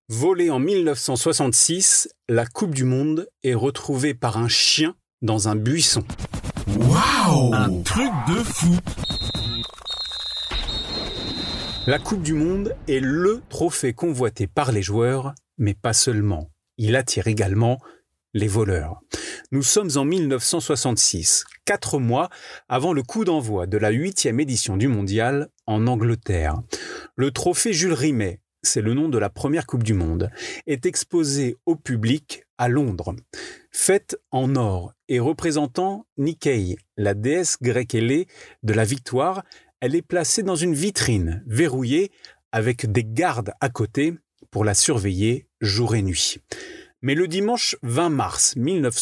Volée en 1966, la Coupe du Monde est retrouvée par un chien dans un buisson. Waouh! Un truc de fou! La Coupe du Monde est le trophée convoité par les joueurs, mais pas seulement. Il attire également les voleurs. Nous sommes en 1966, 4 mois avant le coup d'envoi de la 8e édition du Mondial en Angleterre. Le trophée Jules Rimet, c'est le nom de la première Coupe du Monde, est exposé au public à Londres. Faite en or et représentant Nike, la déesse grecque ailée de la victoire, elle est placée dans une vitrine verrouillée avec des gardes à côté pour la surveiller jour et nuit. Mais le dimanche 20 mars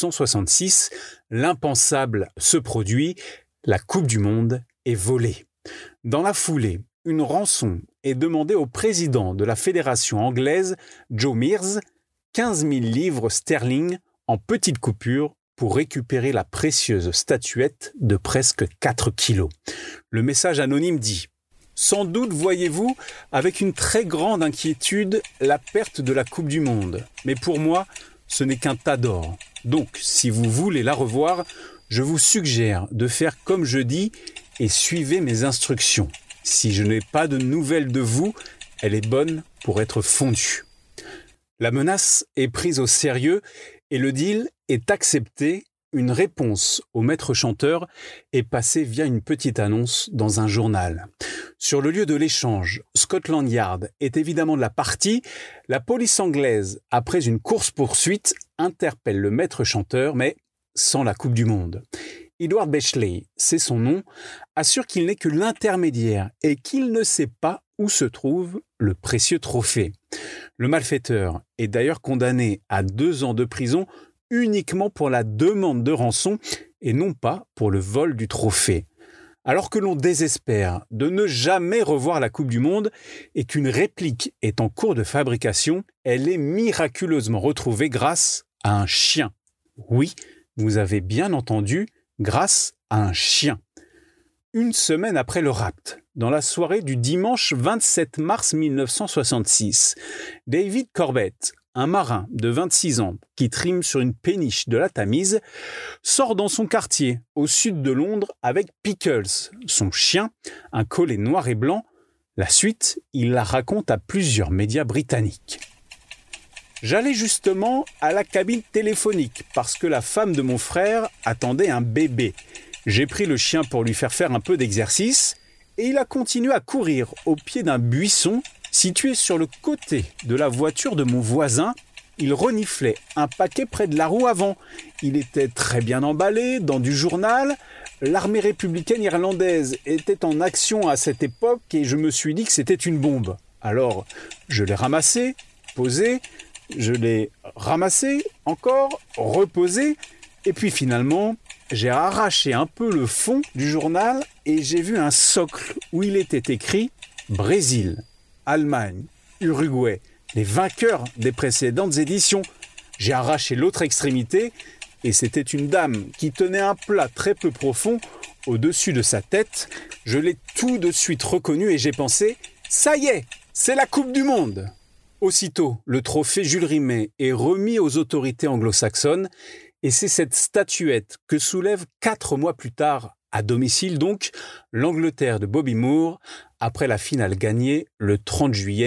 1966, l'impensable se produit, la Coupe du Monde est volée. Dans la foulée, une rançon est demandée au président de la fédération anglaise, Joe Mears, 15 000 livres sterling en petites coupures pour récupérer la précieuse statuette de presque 4 kilos. Le message anonyme dit « Sans doute voyez-vous avec une très grande inquiétude la perte de la Coupe du Monde. Mais pour moi, ce n'est qu'un tas d'or. Donc, si vous voulez la revoir, je vous suggère de faire comme je dis et suivez mes instructions. Si je n'ai pas de nouvelles de vous, elle est bonne pour être fondue. » La menace est prise au sérieux et le deal est accepté. Une réponse au maître chanteur est passée via une petite annonce dans un journal. Sur le lieu de l'échange, Scotland Yard est évidemment de la partie. La police anglaise, après une course-poursuite, interpelle le maître chanteur, mais sans la Coupe du Monde. Edward Bechley, c'est son nom, assure qu'il n'est que l'intermédiaire et qu'il ne sait pas où se trouve le précieux trophée. Le malfaiteur est d'ailleurs condamné à 2 ans de prison uniquement pour la demande de rançon et non pas pour le vol du trophée. Alors que l'on désespère de ne jamais revoir la Coupe du Monde et qu'une réplique est en cours de fabrication, elle est miraculeusement retrouvée grâce à un chien. Oui, vous avez bien entendu, grâce à un chien. Une semaine après le rapt, dans la soirée du dimanche 27 mars 1966, David Corbett, un marin de 26 ans qui trime sur une péniche de la Tamise, sort dans son quartier au sud de Londres avec Pickles, son chien, un collet noir et blanc. La suite, il la raconte à plusieurs médias britanniques. J'allais justement à la cabine téléphonique parce que la femme de mon frère attendait un bébé. J'ai pris le chien pour lui faire un peu d'exercice et il a continué à courir au pied d'un buisson situé sur le côté de la voiture de mon voisin. Il reniflait un paquet près de la roue avant. Il était très bien emballé dans du journal. L'armée républicaine irlandaise était en action à cette époque et je me suis dit que c'était une bombe. Alors, je l'ai ramassé, posé, je l'ai ramassé, encore, reposé, et puis finalement, j'ai arraché un peu le fond du journal et j'ai vu un socle où il était écrit « Brésil, Allemagne, Uruguay, les vainqueurs des précédentes éditions ». J'ai arraché l'autre extrémité et c'était une dame qui tenait un plat très peu profond au-dessus de sa tête. Je l'ai tout de suite reconnue et j'ai pensé « Ça y est, c'est la Coupe du Monde !» Aussitôt, le trophée Jules Rimet est remis aux autorités anglo-saxonnes et c'est cette statuette que soulève 4 mois plus tard, à domicile donc, l'Angleterre de Bobby Moore, après la finale gagnée le 30 juillet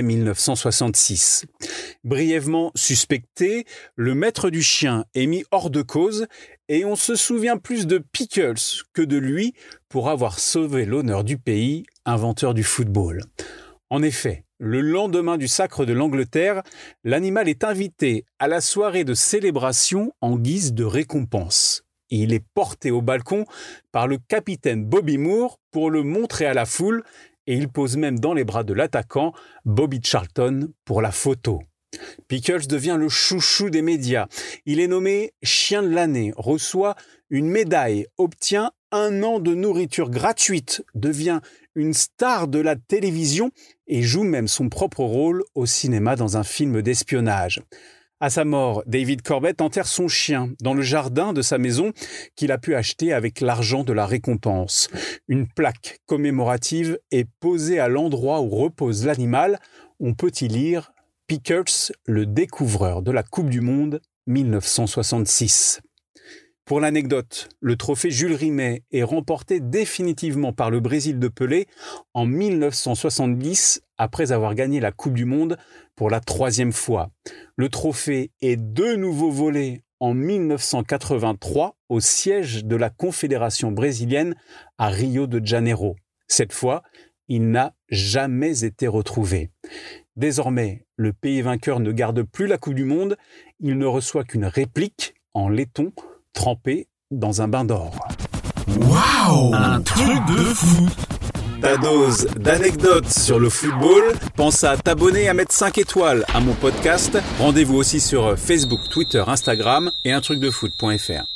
1966. Brièvement suspecté, le maître du chien est mis hors de cause et on se souvient plus de Pickles que de lui pour avoir sauvé l'honneur du pays, inventeur du football. En effet, le lendemain du sacre de l'Angleterre, l'animal est invité à la soirée de célébration en guise de récompense. Il est porté au balcon par le capitaine Bobby Moore pour le montrer à la foule et il pose même dans les bras de l'attaquant Bobby Charlton pour la photo. Pickles devient le chouchou des médias. Il est nommé chien de l'année, reçoit une médaille, obtient 1 an de nourriture gratuite, devient une star de la télévision et joue même son propre rôle au cinéma dans un film d'espionnage. À sa mort, David Corbett enterre son chien dans le jardin de sa maison qu'il a pu acheter avec l'argent de la récompense. Une plaque commémorative est posée à l'endroit où repose l'animal. On peut y lire Pickers, le découvreur de la Coupe du Monde 1966. Pour l'anecdote, le trophée Jules Rimet est remporté définitivement par le Brésil de Pelé en 1970 après avoir gagné la Coupe du Monde pour la 3e fois. Le trophée est de nouveau volé en 1983 au siège de la Confédération brésilienne à Rio de Janeiro. Cette fois, il n'a jamais été retrouvé. Désormais, le pays vainqueur ne garde plus la Coupe du Monde, il ne reçoit qu'une réplique en laiton trempé dans un bain d'or. Waouh! Un truc de fou! Ta dose d'anecdotes sur le football. Pense à t'abonner et à mettre 5 étoiles à mon podcast. Rendez-vous aussi sur Facebook, Twitter, Instagram et untrucdefoot.fr.